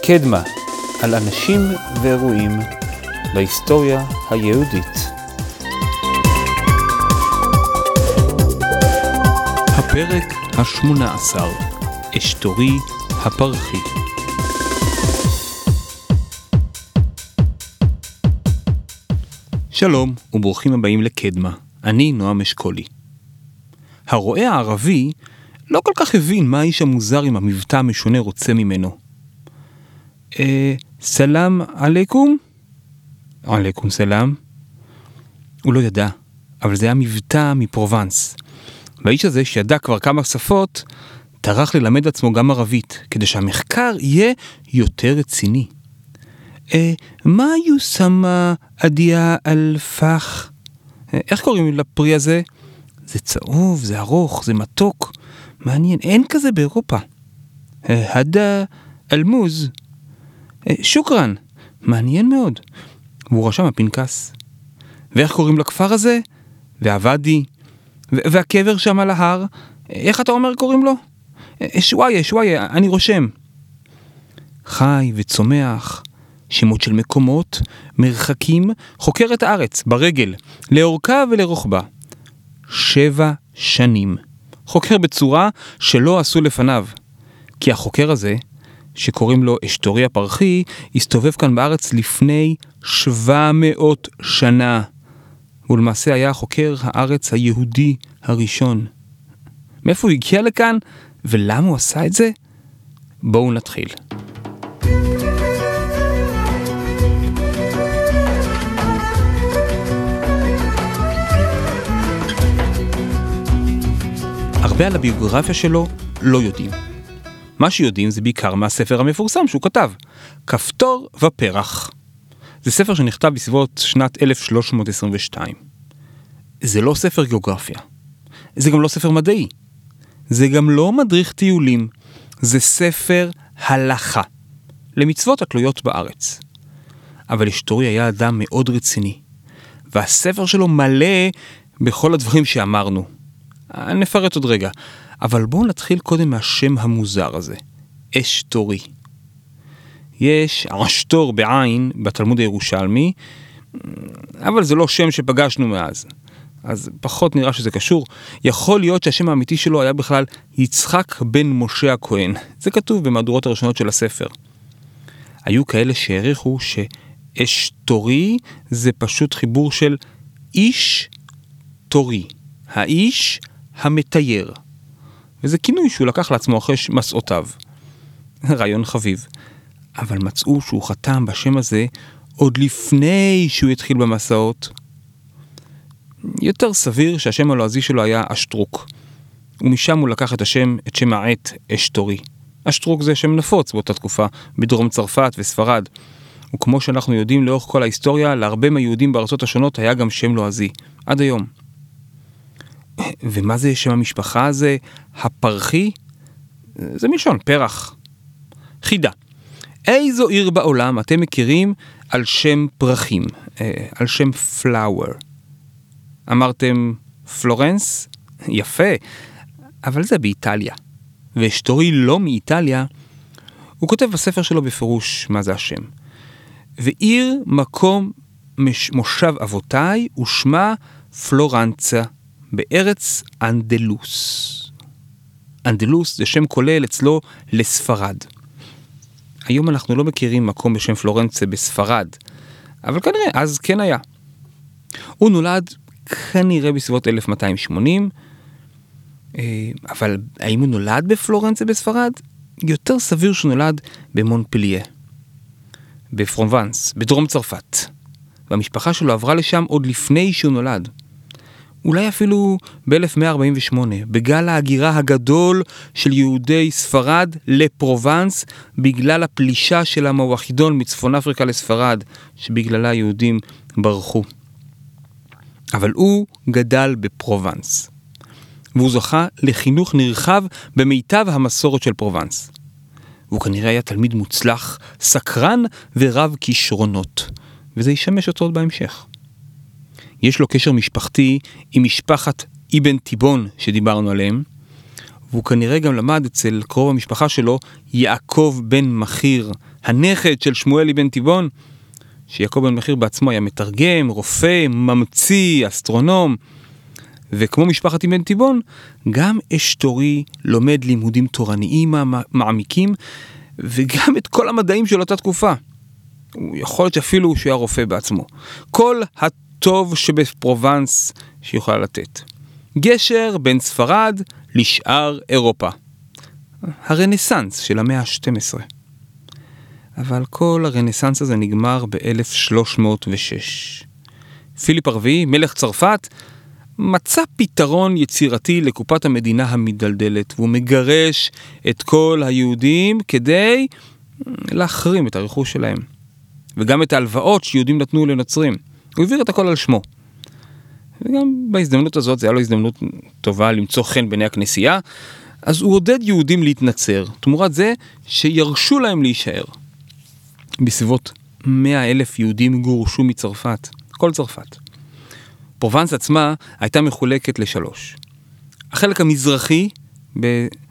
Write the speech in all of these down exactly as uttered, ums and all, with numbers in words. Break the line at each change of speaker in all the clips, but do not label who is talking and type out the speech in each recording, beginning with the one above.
קדמה, על אנשים ואירועים בהיסטוריה היהודית.
הפרק השמונה עשר, אשתורי הפרחי. שלום וברוכים הבאים לקדמה, אני נועם אשכולי. הרועה הערבי לא כל כך הבין מה האיש המוזר עם המבטא המשונה רוצה ממנו. אה, סלאם עליכום? עליכום סלאם. הוא לא ידע, אבל זה היה מבטא מפרובנס. והאיש הזה שידע כבר כמה שפות, טרח ללמד עצמו גם ערבית, כדי שהמחקר יהיה יותר רציני. אה, מה יוסמה אדיה אלפח? אה, איך קוראים לפרי הזה? זה צהוב, זה ארוך, זה מתוק. מעניין, אין כזה באירופה. אה, הדה אלמוז. אה, שוקרן. מעניין מאוד. והוא רשם הפנקס. ואיך קוראים לכפר הזה? והוואדי. ו- והקבר שם על ההר. איך אתה אומר קוראים לו? אה, שוויה, שוויה, אני רושם. חי וצומח. שמות של מקומות, מרחקים, חוקר את הארץ ברגל, לאורכה ולרוחבה. שבע שנים. חוקר בצורה שלא עשו לפניו. כי החוקר הזה, שקוראים לו אשתורי הפרחי, הסתובב כאן בארץ לפני שבע מאות שנה. ולמעשה היה חוקר הארץ היהודי הראשון. מאיפה הוא הגיע לכאן? ולמה הוא עשה את זה? בואו נתחיל. הרבה על הביוגרפיה שלו לא יודעים. מה שיודעים זה בעיקר מהספר המפורסם שהוא כתב, כפתור ופרח. זה ספר שנכתב בסביבות שנת אלף שלוש מאות עשרים ושתיים. זה לא ספר גיאוגרפיה. זה גם לא ספר מדעי. זה גם לא מדריך טיולים. זה ספר הלכה. למצוות התלויות בארץ. אבל אשתורי היה אדם מאוד רציני. והספר שלו מלא בכל הדברים שאמרנו. נפרט עוד רגע, אבל בואו נתחיל קודם מהשם המוזר הזה, אשתורי. יש אשתור בעין בתלמוד הירושלמי, אבל זה לא שם שפגשנו מאז, אז פחות נראה שזה קשור. יכול להיות שהשם האמיתי שלו היה בכלל יצחק בן משה הכהן, זה כתוב במהדורות הראשונות של הספר. היו כאלה שהעריכו שאשתורי זה פשוט חיבור של איש תורי, האיש המתייר. וזה כינוי שהוא לקח לעצמו אחרי מסעותיו. רעיון חביב. אבל מצאו שהוא חתם בשם הזה עוד לפני שהוא התחיל במסעות. יותר סביר שהשם הלועזי שלו היה אשטרוק. ומשם הוא לקח את השם, את שם העט אשתורי. אשטרוק זה שם נפוץ באותה תקופה, בדרום צרפת וספרד. וכמו שאנחנו יודעים לאורך כל ההיסטוריה, להרבה מהיהודים בארצות השונות היה גם שם לועזי. עד היום. ומה זה שם המשפחה הזה? הפרחי? זה מלשון פרח. חידה. איזו עיר בעולם אתם מכירים על שם פרחים? על שם פלאואר? אמרתם פלורנס? יפה. אבל זה באיטליה. ואשתורי לא מאיטליה. הוא כותב בספר שלו בפירוש מה זה השם. ועיר מקום מש, מושב אבותיי ושמה פלורנצה. בארץ אנדלוס. אנדלוס זה שם כולל אצלו לספרד. היום אנחנו לא מכירים מקום בשם פלורנצה בספרד, אבל כנראה אז כן היה. הוא נולד כנראה בסביבות אלף מאתיים ושמונים, אבל האם הוא נולד בפלורנצה בספרד? יותר סביר שהוא נולד במונפליה, בפרובנס, בדרום צרפת. והמשפחה שלו עברה לשם עוד לפני שהוא נולד. אולי אפילו ב-אלף מאה ארבעים ושמונה, בגל ההגירה הגדול של יהודי ספרד לפרובנס, בגלל הפלישה של המוואחידון מצפון אפריקה לספרד, שבגללה היהודים ברחו. אבל הוא גדל בפרובנס, והוא זוכה לחינוך נרחב במיטב המסורת של פרובנס. והוא כנראה היה תלמיד מוצלח, סקרן ורב כישרונות, וזה ישמש אותו עוד בהמשך. יש לו קשר משפחתי עם משפחת אבן תיבון שדיברנו עליהם, והוא כנראה גם למד אצל קרוב המשפחה שלו, יעקב בן מחיר הנכד של שמואל אבן תיבון, שיעקב בן מחיר בעצמו היה מתרגם, רופא, ממציא, אסטרונום, וכמו משפחת אבן תיבון, גם אשתורי לומד לימודים תורניים מעמיקים, וגם את כל המדעים של אותה תקופה. הוא יכול להיות אפילו שהוא היה רופא בעצמו. כל הטוב שבפרובנס שיוכל לתת. גשר בין ספרד לשאר אירופה. הרנסנס של המאה ה-שתים עשרה. אבל כל הרנסנס הזה נגמר ב-אלף שלוש מאות ושש. פיליפ הרביעי, מלך צרפת, מצא פתרון יצירתי לקופת המדינה המדלדלת, והוא מגרש את כל היהודים כדי להחרים את הרכוש שלהם. וגם את ההלוואות שיהודים נתנו לנוצרים. הוא העביר את הכל על שמו. וגם בהזדמנות הזאת, זה היה לו הזדמנות טובה למצוא חן בעיני הכנסייה, אז הוא עודד יהודים להתנצר, תמורת זה שירשו להם להישאר. בסביבות מאה אלף יהודים גורשו מצרפת, כל צרפת. פרובנס עצמה הייתה מחולקת לשלוש. החלק המזרחי, ב...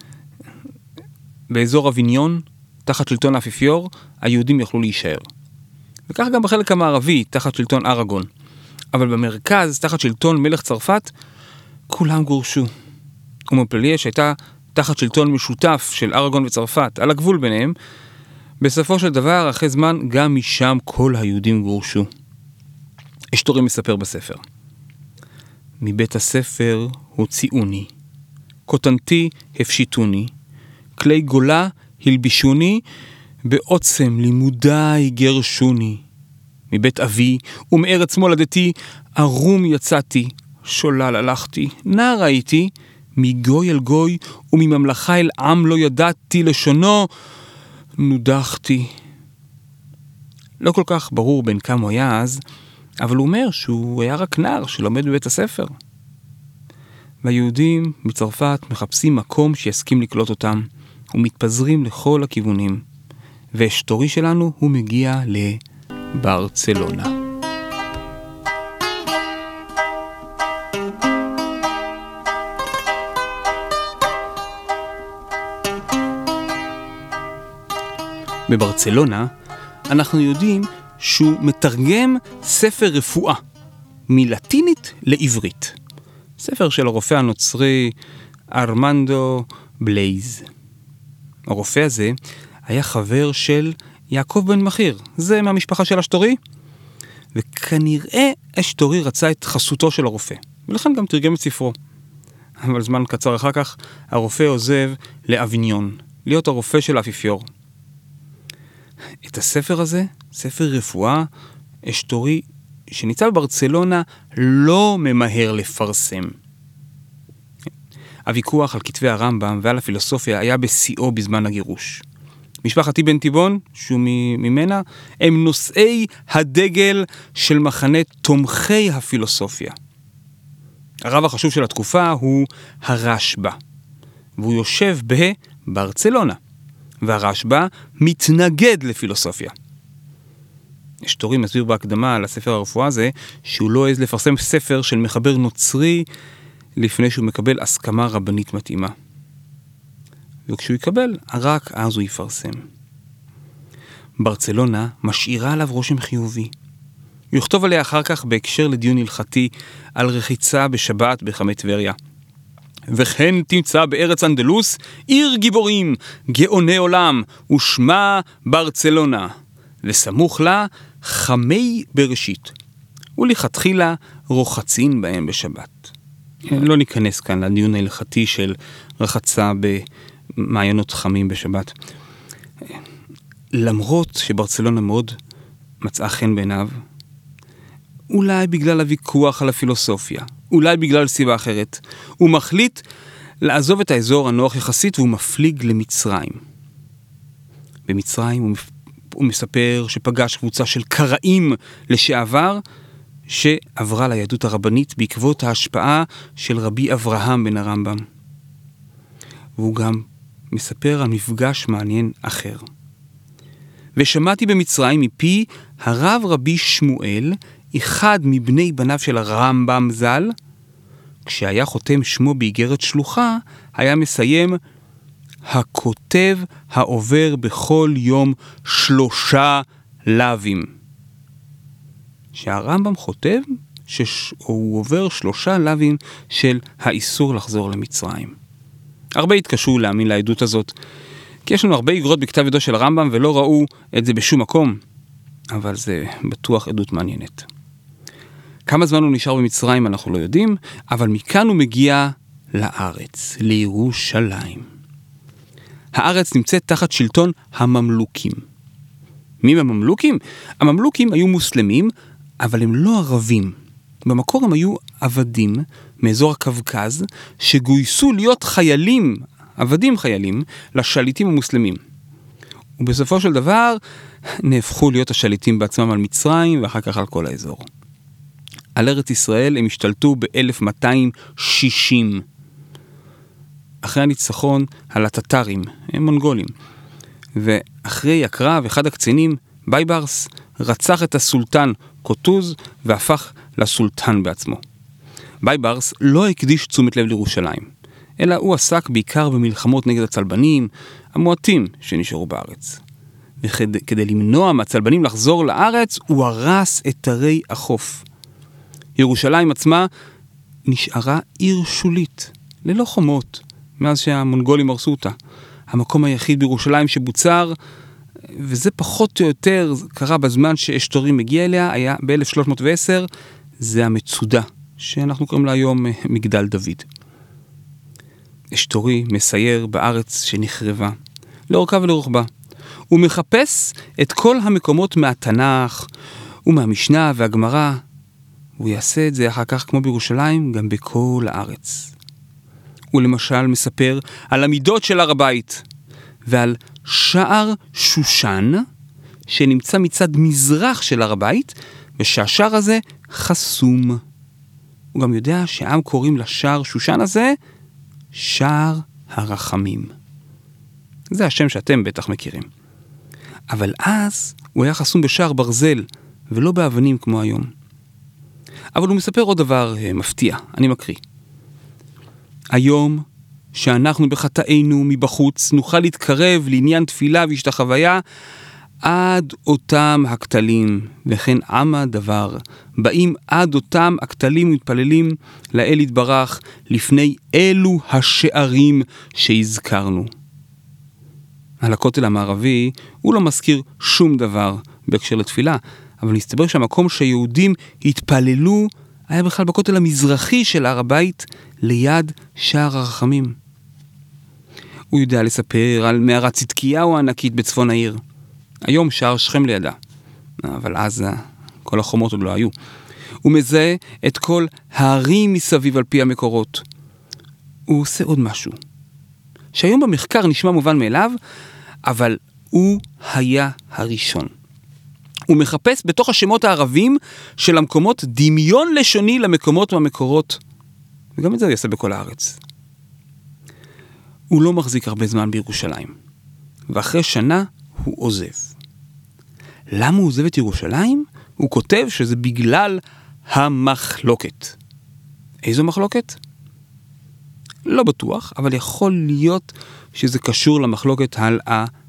באזור אביניון, תחת שלטון האפיפיור, היהודים יכלו להישאר. וכך גם בחלק המערבי, תחת שלטון ארגון. אבל במרכז, תחת שלטון מלך צרפת, כולם גורשו. ומונפלייה שהייתה תחת שלטון משותף של ארגון וצרפת, על הגבול ביניהם, בסופו של דבר, אחרי זמן, גם משם כל היהודים גורשו. אשתורי מספר בספר. מבית הספר הוציאוני, קוטנתי הפשיטוני, כלי גולה הלבישוני, בעוצם לימודי גרשוני. מבית אבי ומארץ מולדתי ערום יצאתי, שולל הלכתי, נער הייתי, מגוי אל גוי ומממלכה אל עם לא ידעתי לשונו, נודחתי. לא כל כך ברור בין כמה הוא היה אז, אבל הוא אומר שהוא היה רק נער שלומד בבית הספר. והיהודים מצרפת מחפשים מקום שיסכים לקלוט אותם, ומתפזרים לכל הכיוונים. והשטורי שלנו הוא מגיע לברצלונה. בברצלונה אנחנו יודעים שהוא מתרגם ספר רפואה מלטינית לעברית. ספר של הרופא הנוצרי ארמנדו בלייז. הרופא הזה היה חבר של יעקב בן מחיר, זה מהמשפחה של אשתורי, וכנראה אשתורי רצה את חסותו של הרופא, ולכן גם תרגם את ספרו. אבל זמן קצר אחר כך הרופא עוזב לאביניון, להיות הרופא של האפיפיור. את הספר הזה, ספר רפואה, אשתורי שניצב בברצלונה לא ממהר לפרסם. הוויכוח על כתבי הרמב"ם ועל הפילוסופיה היה בשיאו בזמן הגירוש. משפחת אבן תיבון, שהוא ממנה, הם נושאי הדגל של מחנה תומכי הפילוסופיה. הרב החשוב של התקופה הוא הרשב"א, והוא יושב בברצלונה, והרשב"א מתנגד לפילוסופיה. אשתורי מסביר בהקדמה על הספר הרפואה הזה, שהוא לא העז לפרסם ספר של מחבר נוצרי לפני שהוא מקבל הסכמה רבנית מתאימה. וכשהוא יקבל, רק אז הוא יפרסם. ברצלונה משאירה עליו רושם חיובי. הוא יכתוב עליה אחר כך בהקשר לדיון הלכתי על רחיצה בשבת בחמי טבריה. וכן תמצא בארץ אנדלוס עיר גיבורים, גאוני עולם, ושמה ברצלונה, וסמוך לה חמי בראשית. ולכתחילה רוחצין בהם בשבת. לא ניכנס כאן לדיון ההלכתי של רחצה במעיינות חמים בשבת. למרות שברצלונה מאוד מצאה חן בעיניו, אולי בגלל הוויכוח על הפילוסופיה, אולי בגלל סיבה אחרת, הוא מחליט לעזוב את האזור הנוח יחסית והוא מפליג למצרים. במצרים הוא, הוא מספר שפגש קבוצה של קראים לשעבר, שעברה ליהדות הרבנית בעקבות ההשפעה של רבי אברהם בן הרמב"ם. והוא גם מספר על מפגש מעניין אחר. ושמעתי במצרים מפי הרב רבי שמואל, אחד מבני בניו של הרמב"ם ז"ל, כשהיה חותם שמו באיגרת שלוחה, היה מסיים הכותב העובר בכל יום שלושה לווים. שהרמב"ם חוטב שהוא עובר שלושה לווים של האיסור לחזור למצרים. הרבה התקשו להאמין לעדות הזאת, כי יש לנו הרבה איגרות בכתב ידו של הרמב"ם ולא ראו את זה בשום מקום, אבל זה בטוח עדות מעניינת. כמה זמן הוא נשאר במצרים אנחנו לא יודעים, אבל מכאן הוא מגיע לארץ, לירושלים. הארץ נמצאת תחת שלטון הממלוכים. מי הם הממלוכים? הממלוכים היו מוסלמים, אבל הם לא ערבים. במקור הם היו עבדים מאזור הקווקז, שגויסו להיות חיילים, עבדים חיילים, לשליטים המוסלמים. ובסופו של דבר נהפכו להיות השליטים בעצמם על מצרים ואחר כך על כל האזור. על ארץ ישראל הם השתלטו ב-אלף מאתיים שישים. אחרי הניצחון על הטטרים, הם מונגולים. ואחרי הקרב, אחד הקצינים, בייברס, רצח את הסולטן קוטוז והפך לסולטן בעצמו. בייברס לא הקדיש תשומת לב לירושלים, אלא הוא עסק בעיקר במלחמות נגד הצלבנים, המועטים שנשארו בארץ. וכדי למנוע מהצלבנים לחזור לארץ, הוא הרס את ערי החוף. ירושלים עצמה נשארה עיר שולית, ללא חומות, מאז שהמונגולים הרסו אותה. המקום היחיד בירושלים שבוצר, וזה פחות או יותר קרה בזמן שאשתורי מגיע אליה, היה ב-אלף שלוש מאות ועשר, זה המצודה, שאנחנו קוראים לה היום מגדל דוד. אשתורי מסייר בארץ שנחרבה, לאורכה ולרוחבה. הוא מחפש את כל המקומות מהתנ"ך ומהמשנה והגמרא, הוא יעשה את זה אחר כך כמו בירושלים, גם בכל הארץ. הוא למשל מספר על המידות של הר הבית, ועל שער שושן, שנמצא מצד מזרח של הר הבית, ושהשער הזה חסום. הוא גם יודע שהעם קוראים לשער שושן הזה, שער הרחמים. זה השם שאתם בטח מכירים. אבל אז הוא היה חסום בשער ברזל, ולא באבנים כמו היום. אבל הוא מספר עוד דבר מפתיע, אני מקריא. היום שאנחנו בחטאינו מבחוץ נוכל להתקרב לעניין תפילה והשתחוויה עד אותם הכתלים, וכן עמה דבר. באים עד אותם הכתלים ומתפללים לאל יתברך לפני אלו השערים שהזכרנו. על הכותל המערבי הוא לא מזכיר שום דבר בהקשר לתפילה, אבל נסתבר שהמקום שהיהודים התפללו היה בכלל בכותל המזרחי של הר הבית ליד שער הרחמים. הוא יודע לספר על מערת צדקיהו הענקית בצפון העיר. היום שער שכם לידה, אבל אז כל החומות עוד לא היו. הוא מזהה את כל הערים מסביב על פי המקורות. הוא עושה עוד משהו, שהיום במחקר נשמע מובן מאליו, אבל הוא היה הראשון. הוא מחפש בתוך השמות הערבים של המקומות דמיון לשוני למקומות מהמקורות, וגם את זה הוא יעשה בכל הארץ. הוא לא מחזיק הרבה זמן בירושלים, ואחרי שנה הוא עוזב. למה הוא עוזב את ירושלים? הוא כותב שזה בגלל המחלוקת. איזו מחלוקת? לא בטוח, אבל יכול להיות שזה קשור למחלוקת על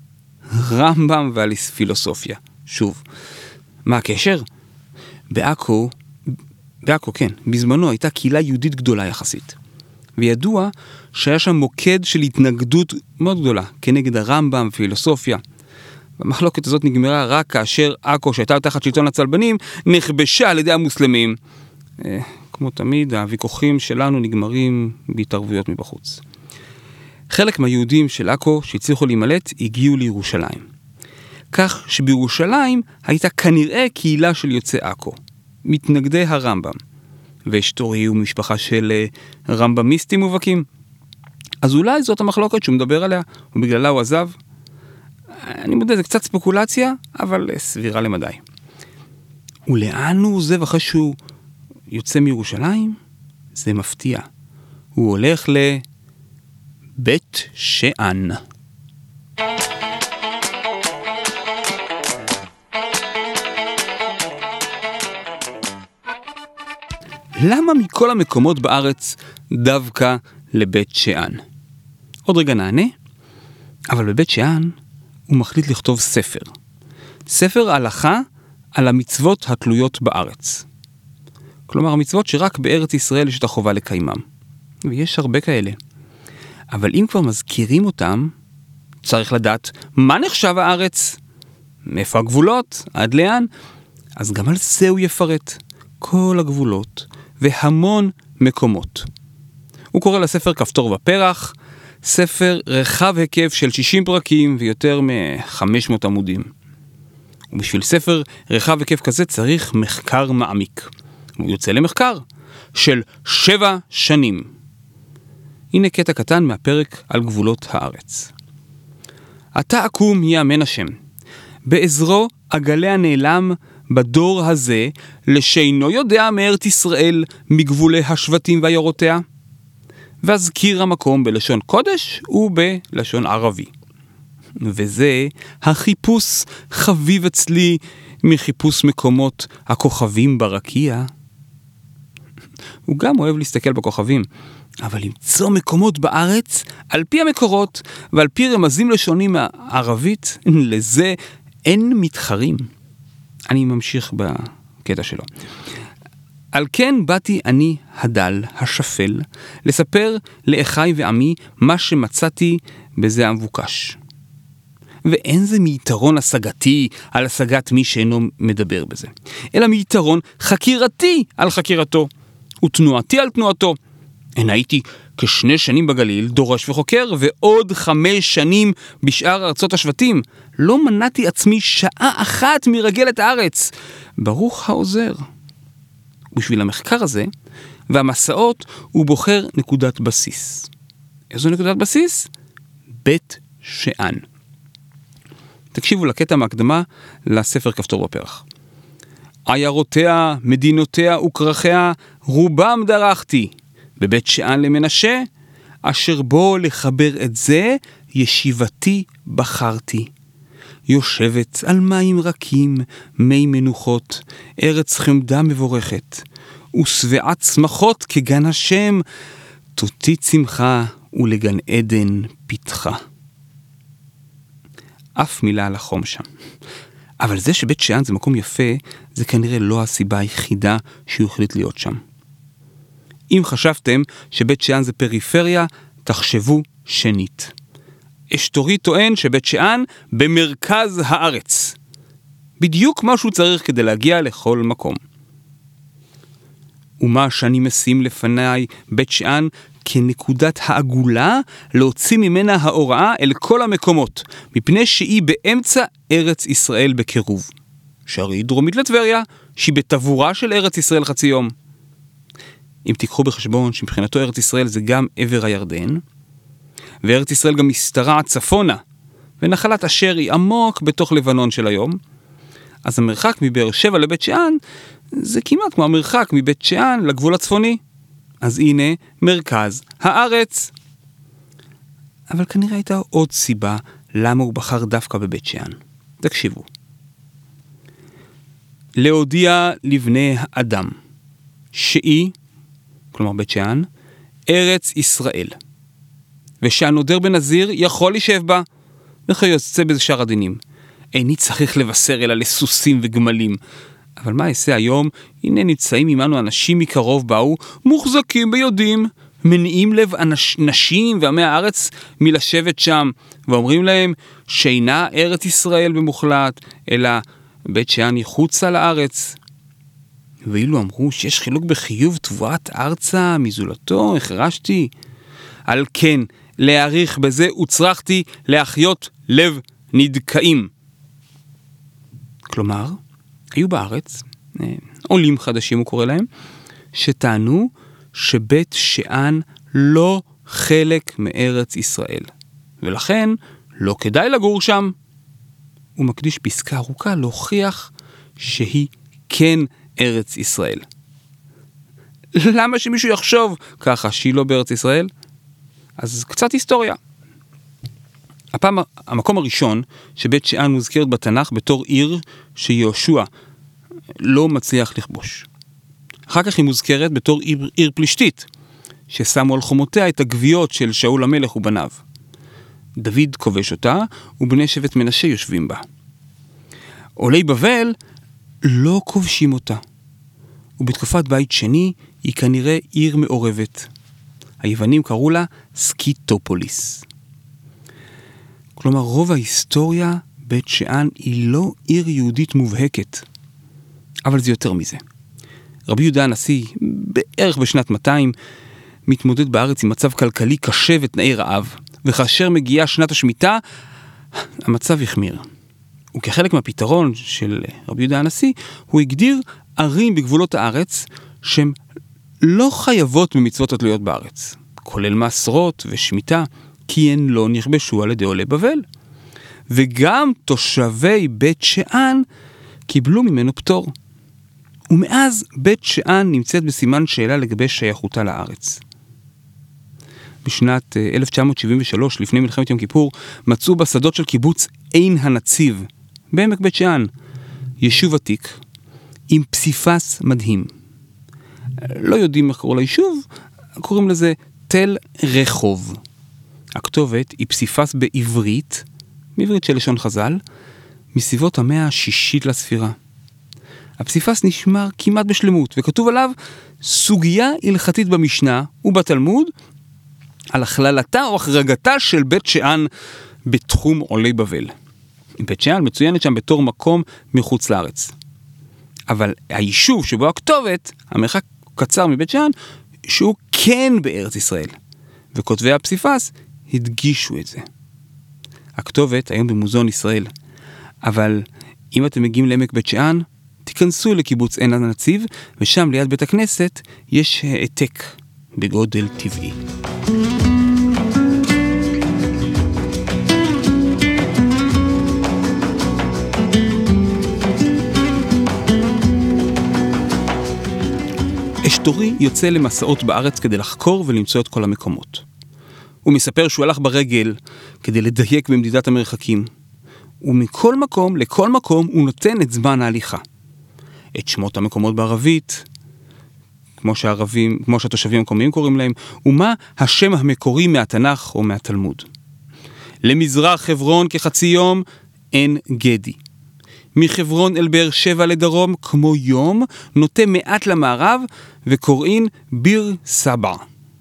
הרמב"ם ועל פילוסופיה. שוב, מה הקשר? בעכו, בעכו כן, בזמנו הייתה קהילה יהודית גדולה יחסית. וידוע שהיה שם מוקד של התנגדות מאוד גדולה, כנגד הרמב"ם ופילוסופיה. המחלוקת הזאת נגמרה רק כאשר עכו, שהייתה תחת שלטון הצלבנים, נכבשה על ידי המוסלמים. אה, כמו תמיד, הוויכוחים שלנו נגמרים בהתערבויות מבחוץ. חלק מהיהודים של עכו שהצליחו להימלט הגיעו לירושלים. כך שבירושלים הייתה כנראה קהילה של יוצאי עכו, מתנגדי הרמב"ם. ואשתורי הוא משפחה של רמב"מיסטים מובהקים. אז אולי זאת המחלוקת שהוא מדבר עליה, ובגללה הוא עזב. אני מודה, זה קצת ספקולציה, אבל סבירה למדי. ולאן הוא עוזב אחרי שהוא יוצא מירושלים? זה מפתיע. הוא הולך לבית שאן. למה מכל המקומות בארץ דווקא לבית שאן? עוד רגע נענה, אבל בבית שאן הוא מחליט לכתוב ספר. ספר הלכה על המצוות התלויות בארץ. כלומר, המצוות שרק בארץ ישראל יש את החובה לקיימם. ויש הרבה כאלה. אבל אם כבר מזכירים אותם, צריך לדעת מה נחשב הארץ, מאיפה הגבולות, עד לאן. אז גם על זה הוא יפרט. כל הגבולות והמון מקומות. הוא קורא לספר כפתור ופרח, ספר רחב היקף של שישים פרקים ויותר מ-חמש מאות עמודים. ובשביל ספר רחב היקף כזה צריך מחקר מעמיק. הוא יוצא למחקר של שבע שנים. הנה קטע קטן מהפרק על גבולות הארץ. אתה אקום יאמן השם. בעזרו אגלה הנעלם בדור הזה לשינו יודע מארץ ישראל מגבולי השבטים ועיירותיה. והזכיר המקום בלשון קודש ובלשון ערבי. וזה החיפוש חביב אצלי מחיפוש מקומות הכוכבים ברקיע. הוא גם אוהב להסתכל בכוכבים, אבל למצוא מקומות בארץ על פי המקורות ועל פי רמזים לשונים הערבית, לזה אין מתחרים. אני ממשיך בקטע שלו. על כן באתי אני הדל, השפל, לספר לאחי ועמי מה שמצאתי בזה המבוקש. ואין זה מיתרון השגתי על השגת מי שאינו מדבר בזה, אלא מיתרון חקירתי על חקירתו, ותנועתי על תנועתו. הנה הייתי כשני שנים בגליל, דורש וחוקר, ועוד חמש שנים בשאר ארצות השבטים. לא מנעתי עצמי שעה אחת מרגל את הארץ. ברוך העוזר. בשביל המחקר הזה והמסעות הוא בוחר נקודת בסיס. איזו נקודת בסיס? בית שאן. תקשיבו לקטע מהקדמה לספר כפתור בפרח. עיירותיה, מדינותיה וכרכיה, רובם דרכתי. בבית שאן למנשה, אשר בו לחבר את זה, ישיבתי בחרתי. יושבת על מים רכים, מי מנוחות, ארץ חמדה מבורכת, ושבעת צמחות כגן השם, תותי צמחה ולגן עדן פתחה. אף מילה על החום שם. אבל זה שבית שאן זה מקום יפה, זה כנראה לא הסיבה היחידה שהוא החליט להיות שם. אם חשבתם שבית שאן זה פריפריה, תחשבו שנית. אשתורי טוען שבית שאן במרכז הארץ. בדיוק מה שהוא צריך כדי להגיע לכל מקום. ומה שאני משים לפניי בית שאן כנקודת העגולה להוציא ממנה ההוראה אל כל המקומות, מפני שהיא באמצע ארץ ישראל בקירוב. שהרי דרומית לטבריה, שהיא בטבורה של ארץ ישראל חצי יום. אם תיקחו בחשבון שמבחינתו ארץ ישראל זה גם עבר הירדן, וארץ ישראל גם משתרעת צפונה, ונחלת אשר היא עמוק בתוך לבנון של היום, אז המרחק מבאר שבע לבית שאן זה כמעט כמו המרחק מבית שאן לגבול הצפוני. אז הנה מרכז הארץ. אבל כנראה הייתה עוד סיבה למה הוא בחר דווקא בבית שאן. תקשיבו. להודיע לבני האדם שהיא, כלומר בית שאן, ארץ ישראל. ושהנודר בנזיר יכול להישב בה, וכיוצא בזה שאר הדינים. איני צריך לבשר אלא לסוסים וגמלים. אבל מה אעשה היום? הנה נמצאים עמנו אנשים מקרוב באו, מוחזקים ביודעים, מניעים לב אנש, נשים ועמי הארץ מלשבת שם, ואומרים להם שאינה ארץ ישראל במוחלט, אלא בית שאן יחוצה לארץ. ואילו אמרו שיש חילוק בחיוב תבואת ארצה מזולתו, החרשתי. על כן, להעריך בזה וצרכתי להחיות לב נדכאים. כלומר, היו בארץ, עולים חדשים הוא קורא להם, שטענו שבית שאן לא חלק מארץ ישראל. ולכן לא כדאי לגור שם. הוא מקדיש פסקה ארוכה להוכיח שהיא כן ארץ ישראל. למה שמישהו יחשוב ככה שהיא לא בארץ ישראל? אז קצת היסטוריה. הפעם, המקום הראשון שבית שאן מוזכרת בתנ"ך בתור עיר שיהושע לא מצליח לכבוש. אחר כך היא מוזכרת בתור עיר, עיר פלישתית, ששמו על חומותיה את הגוויות של שאול המלך ובניו. דוד כובש אותה, ובני שבט מנשה יושבים בה. עולי בבל לא כובשים אותה, ובתקופת בית שני היא כנראה עיר מעורבת. היוונים קראו לה סקיטופוליס. כלומר, רוב ההיסטוריה בית שאן היא לא עיר יהודית מובהקת, אבל זה יותר מזה. רבי יהודה הנשיא, בערך בשנת מאתיים, מתמודד בארץ עם מצב כלכלי קשה ותנאי רעב, וכאשר מגיעה שנת השמיטה, המצב יחמיר. וכחלק מהפתרון של רבי יהודה הנשיא, הוא הגדיר ערים בגבולות הארץ שהן לא חייבות במצוות התלויות בארץ, כולל מעשרות ושמיטה, כי הן לא נכבשו על ידי עולי בבל. וגם תושבי בית שאן קיבלו ממנו פטור. ומאז בית שאן נמצאת בסימן שאלה לגבי שייכותה לארץ. בשנת אלף תשע מאות שבעים ושלוש, לפני מלחמת יום כיפור, מצאו בשדות של קיבוץ עין הנציב, בעמק בית שאן, יישוב עתיק, עם פסיפס מדהים. לא יודעים איך קראו ליישוב, קוראים לזה תל רחוב. הכתובת היא פסיפס בעברית, בעברית של לשון חז"ל, מסביבות המאה השישית לספירה. הפסיפס נשמר כמעט בשלמות, וכתוב עליו סוגיה הלכתית במשנה ובתלמוד, על הכללתה או החרגתה של בית שאן בתחום עולי בבל. בית שאן מצוינת שם בתור מקום מחוץ לארץ. אבל היישוב שבו הכתובת, המרחק קצר מבית שאן, שהוא כן בארץ ישראל. וכותבי הפסיפס הדגישו את זה. הכתובת היום במוזיאון ישראל. אבל אם אתם מגיעים לעמק בית שאן, תיכנסו לקיבוץ עין הנציב, ושם ליד בית הכנסת יש העתק בגודל טבעי. אשתורי יוצא למסעות בארץ כדי לחקור ולמצוא את כל המקומות. הוא מספר שהוא הלך ברגל כדי לדייק במדידת המרחקים. ומכל מקום, לכל מקום, הוא נותן את זמן ההליכה. את שמות המקומות בערבית, כמו שהערבים, כמו שהתושבים המקומיים קוראים להם, ומה השם המקורי מהתנ"ך או מהתלמוד. למזרח חברון כחצי יום, אין גדי. מחברון אל באר שבע לדרום, כמו יום, נוטה מעט למערב, וקוראין ביר סבא.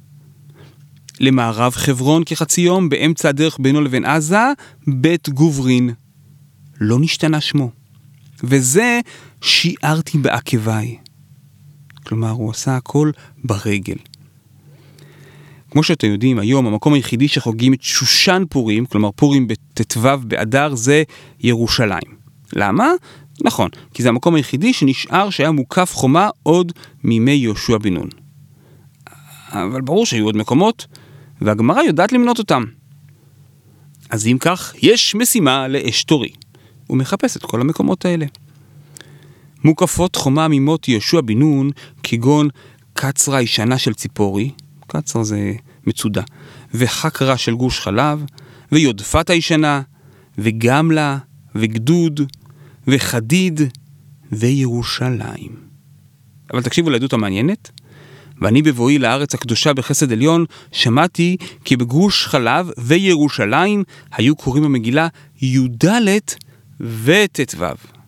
למערב חברון כחצי יום, באמצע הדרך בינו לבין עזה, בית גוברין. לא נשתנה שמו. וזה שיערתי בעקביי. כלומר, הוא עשה הכל ברגל. כמו שאתם יודעים, היום המקום היחידי שחוגגים את שושן פורים, כלומר פורים בתתוו באדר, זה ירושלים. למה? נכון, כי זה המקום היחידי שנשאר שהיה מוקף חומה עוד מימי יהושע בן נון. אבל ברור שהיו עוד מקומות, והגמרא יודעת למנות אותם. אז אם כך, יש משימה לאשתורי. הוא מחפש את כל המקומות האלה. מוקפות חומה ממות יהושע בן נון, כגון קצרה ישנה של ציפורי, קצרה זה מצודה, וחקרה של גוש חלב, ויודפת הישנה, וגמלה, וגדוד, וחדיד, וירושלים. אבל תקשיבו לעדות המעניינת. ואני בבואי לארץ הקדושה בחסד עליון, שמעתי כי בגוש חלב וירושלים היו קוראים במגילה י"ד וט"ו.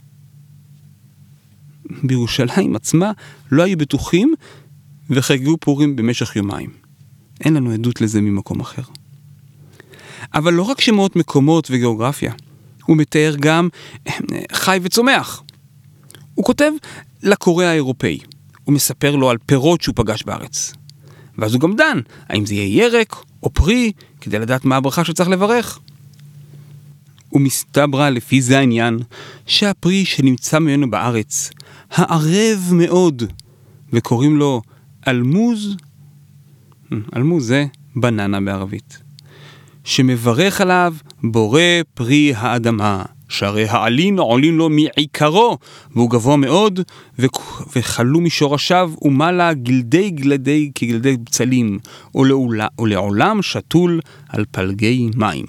בירושלים עצמה לא היו בטוחים וחגגו פורים במשך יומיים. אין לנו עדות לזה ממקום אחר. אבל לא רק שמות מקומות וגיאוגרפיה, הוא מתאר גם חי וצומח. הוא כותב לקורא האירופאי. הוא מספר לו על פירות שהוא פגש בארץ. ואז הוא גם דן, האם זה יהיה ירק או פרי, כדי לדעת מה הברכה שצריך לברך. ומסתברא לפי זה העניין, שהפרי שנמצא ממנו בארץ, הערב מאוד, וקוראים לו אלמוז, אלמוז זה בננה בערבית, שמברך עליו בורא פרי האדמה, שהרי העלין עולין לו מעיקרו, והוא גבוה מאוד, וחלו משורשיו ומעלה גלדי גלדי כגלדי בצלים, ולעולם שתול על פלגי מים.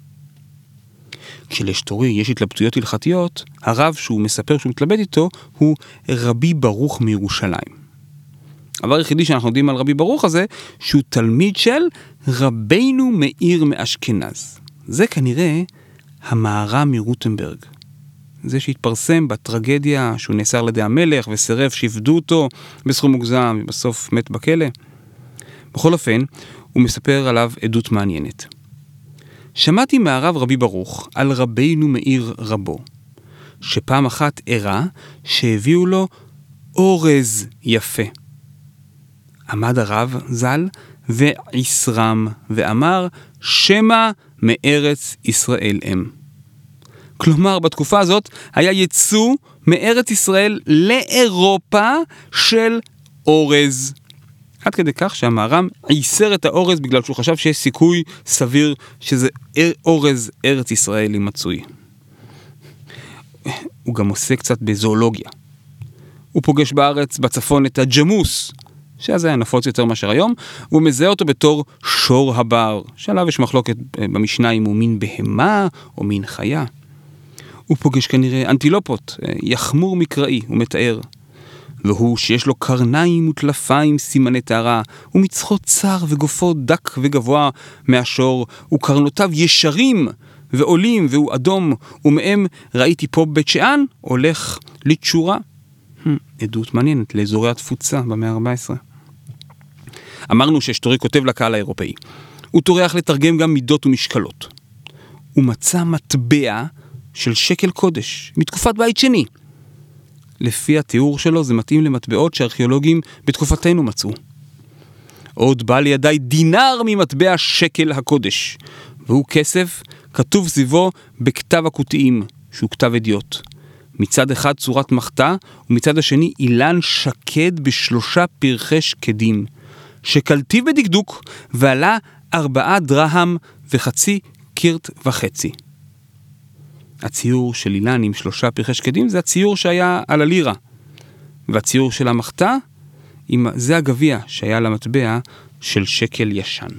כשלאשתורי יש התלבטויות הלכתיות, הרב שהוא מספר שהוא מתלבט איתו, הוא רבי ברוך מירושלים. הדבר היחידי שאנחנו יודעים על רבי ברוך הזה, שהוא תלמיד של רבינו מאיר מאשכנז. זה כנראה המהר"ם מרוטנברג. זה שהתפרסם בטרגדיה שהוא נאסר לידי המלך וסירב שיפדו אותו בסכום מוגזם ובסוף מת בכלא. בכל אופן, הוא מספר עליו עדות מעניינת. שמעתי מהרב רבי ברוך על רבינו מאיר רבו, שפעם אחת הראה שהביאו לו אורז יפה. עמד הרב ז"ל ועשרם ואמר שמא מארץ ישראל הם. כלומר, בתקופה הזאת היה יצוא מארץ ישראל לאירופה של אורז. עד כדי כך שהמהר"ם עיסר את האורז בגלל שהוא חשב שיש סיכוי סביר שזה אורז ארץ ישראלי מצוי. הוא גם עושה קצת בזואולוגיה. הוא פוגש בארץ בצפון את הג'מוס, שאז היה נפוץ יותר מאשר היום, והוא מזהה אותו בתור שור הבר, שעליו יש מחלוקת במשנה אם הוא מין בהמה או מין חיה. הוא פוגש כנראה אנטילופות, יחמור מקראי, הוא מתאר. והוא שיש לו קרניים וטלפיים סימני טהרה, ומצחו צר וגופו דק וגבוה מהשור, וקרנותיו ישרים ועולים, והוא אדום, ומהם ראיתי פה בית שאן הולך לתשורה. עדות מעניינת לאזורי התפוצה במאה ה-ארבע עשרה. אמרנו שאשתורי כותב לקהל האירופאי. הוא טורח לתרגם גם מידות ומשקלות. הוא מצא מטבע של שקל קודש מתקופת בית שני. לפי התיאור שלו זה מתאים למטבעות שארכיאולוגים בתקופתנו מצאו. עוד בא לידי דינר ממטבע שקל הקודש, והוא כסף כתוב סביבו בכתב הקוטיים, שהוא כתב אדיוט. מצד אחד צורת מחתה, ומצד השני אילן שקד בשלושה פרחי שקדים, שקלטיב בדקדוק, ועלה ארבעה דרהם וחצי קירט וחצי. הציור של אילן עם שלושה פרחי שקדים זה הציור שהיה על הלירה, והציור של המחתה, זה הגביע שהיה למטבע של שקל ישן.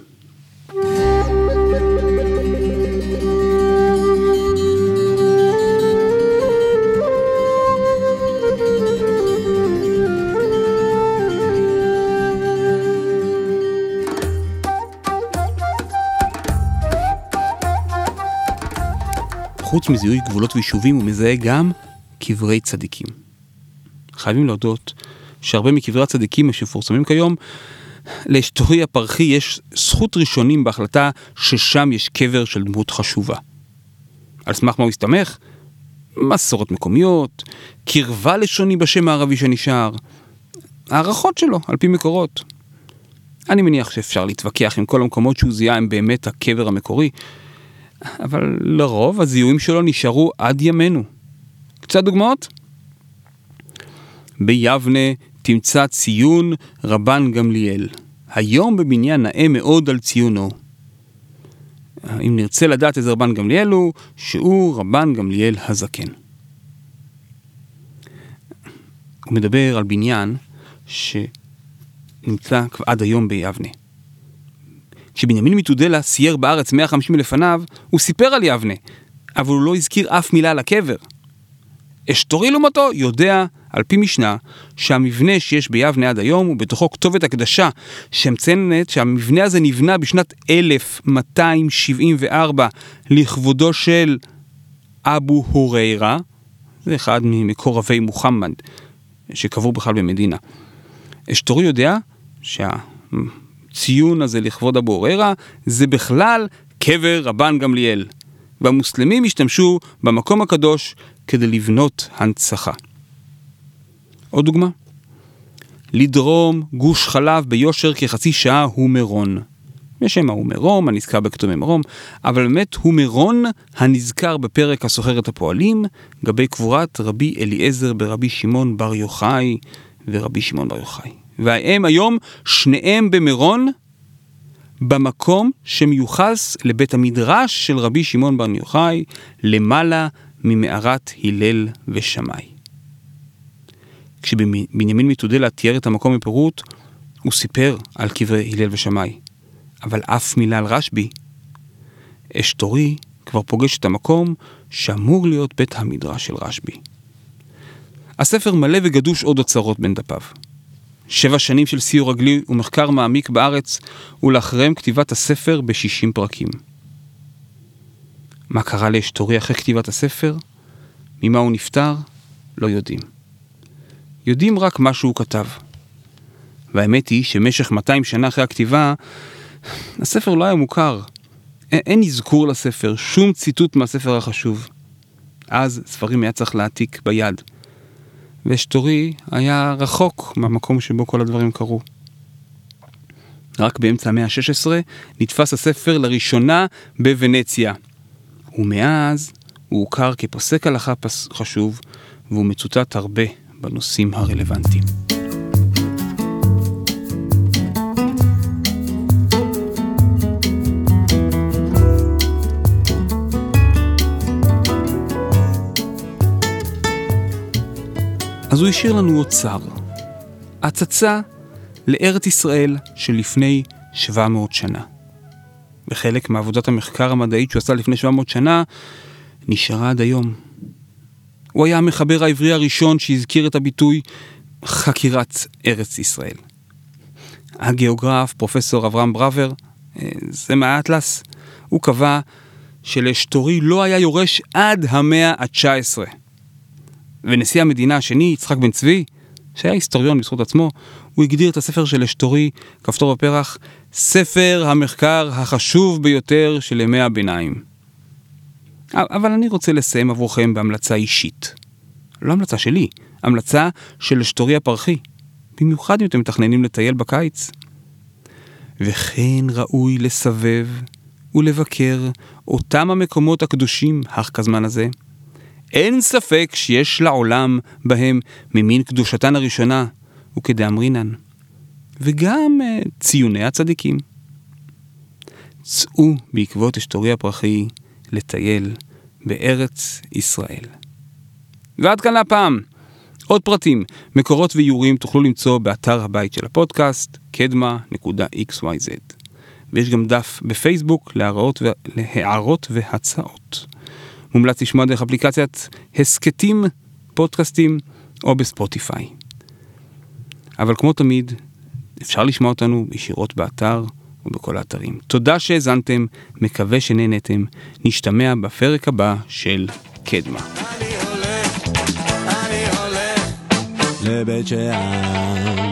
חוץ מזיהוי גבולות ויישובים הוא מזהה גם קברי צדיקים. חייבים להודות שהרבה מקברי הצדיקים שמפורסמים כיום, להיסטוריה פרחי יש זכות ראשונים בהחלטה ששם יש קבר של דמות חשובה. על סמך מה הוא הסתמך? מסורת מקומיות, קרבה לשוני בשם הערבי שנשאר, הערכות שלו על פי מקורות. אני מניח שאפשר להתווכח עם כל המקומות שהוא זיהה הם באמת הקבר המקורי, אבל לרוב הזיהויים שלו נשארו עד ימינו. קצת דוגמאות? ביבנה תמצא ציון רבן גמליאל. היום בבניין נאה מאוד על ציונו. אם נרצה לדעת איזה רבן גמליאל הוא, שהוא רבן גמליאל הזקן. הוא מדבר על בניין שנמצא עד היום ביבנה. כשבנימין מתודלה סייר בארץ מאה וחמישים לפניו, הוא סיפר על יבנה, אבל הוא לא הזכיר אף מילה על הקבר. אשתורי לעומתו יודע, על פי משנה, שהמבנה שיש ביבנה עד היום, הוא בתוכו כתובת הקדשה, שמציינת שהמבנה הזה נבנה בשנת אלף מאתיים שבעים וארבע, לכבודו של אבו הוריירה, זה אחד ממקורבי מוחמד, שקבור בכלל במדינה. אשתורי יודע שה... ציון הזה לכבוד אבו הוריירה, זה בכלל קבר רבן גמליאל. והמוסלמים השתמשו במקום הקדוש כדי לבנות הנצחה. עוד דוגמה. לדרום גוש חלב ביושר כחצי שעה הוא מרון. בשם הוא מרום, הנזכר בכתובי מרום, אבל באמת הוא מרון הנזכר בפרק הסוחרת הפועלים, גבי קבורת רבי אליעזר ברבי שמעון בר יוחאי ורבי שמעון בר יוחאי. וההם היום שניהם במרון, במקום שמיוחס לבית המדרש של רבי שמעון בר יוחאי, למעלה ממערת הלל ושמאי. כשבנימין מתודלה תיאר את המקום בפירוט, הוא סיפר על קברי הלל ושמאי, אבל אף מילה על רשב"י. אשתורי כבר פוגש את המקום שאמור להיות בית המדרש של רשב"י. הספר מלא וגדוש עוד אוצרות בין דפיו. שבע שנים של סיור רגלי ומחקר מעמיק בארץ, ולאחריהם כתיבת הספר בשישים פרקים. מה קרה לאשתורי אחרי כתיבת הספר? ממה הוא נפטר? לא יודעים. יודעים רק מה שהוא כתב. והאמת היא שמשך מאתיים שנה אחרי הכתיבה, הספר לא היה מוכר. אין, אין אזכור לספר, שום ציטוט מהספר החשוב. אז ספרים היה צריך להעתיק ביד. ואשתורי היה רחוק מהמקום שבו כל הדברים קרו. רק באמצע המאה ה-שש עשרה נתפס הספר לראשונה בוונציה. ומאז הוא הוכר כפוסק הלכה חשוב, והוא מצוטט הרבה בנושאים הרלוונטיים. אז הוא השאיר לנו אוצר, הצצה לארץ ישראל של לפני שבע מאות שנה. וחלק מעבודת המחקר המדעית שהוא עשה לפני שבע מאות שנה נשארה עד היום. הוא היה המחבר העברי הראשון שהזכיר את הביטוי חקירת ארץ ישראל. הגיאוגרף פרופסור אברהם ברוור, זה מהאטלס, הוא קבע שלאשתורי לא היה יורש עד המאה ה-תשע עשרה. ונשיא המדינה השני, יצחק בן צבי, שהיה היסטוריון בזכות עצמו, הוא הגדיר את הספר של אשתורי, כפתור בפרח, ספר המחקר החשוב ביותר של ימי הביניים. אבל אני רוצה לסיים עבורכם בהמלצה אישית. לא המלצה שלי, המלצה של אשתורי הפרחי. במיוחד אם אתם מתכננים לטייל בקיץ. וכן ראוי לסבב ולבקר אותם המקומות הקדושים, אך כזמן הזה. אין ספק שיש לעולם בהם ממין קדושתן הראשונה, וכדאמרינן, וגם uh, ציוני הצדיקים. צאו בעקבות אשתורי הפרחי לטייל בארץ ישראל. ועד כאן להפעם. עוד פרטים, מקורות ואיורים תוכלו למצוא באתר הבית של הפודקאסט, קדמה נקודה אקס וואי זד. ויש גם דף בפייסבוק להערות, ו... להערות והצעות. מומלץ לשמוע דרך אפליקציית הסקטים, פודקאסטים או בספוטיפיי. אבל כמו תמיד, אפשר לשמוע אותנו ישירות באתר ובכל האתרים. תודה שהזנתם, מקווה שנהנתם, נשתמע בפרק הבא של קדמה.
אני הולך, אני הולך לבית שאן.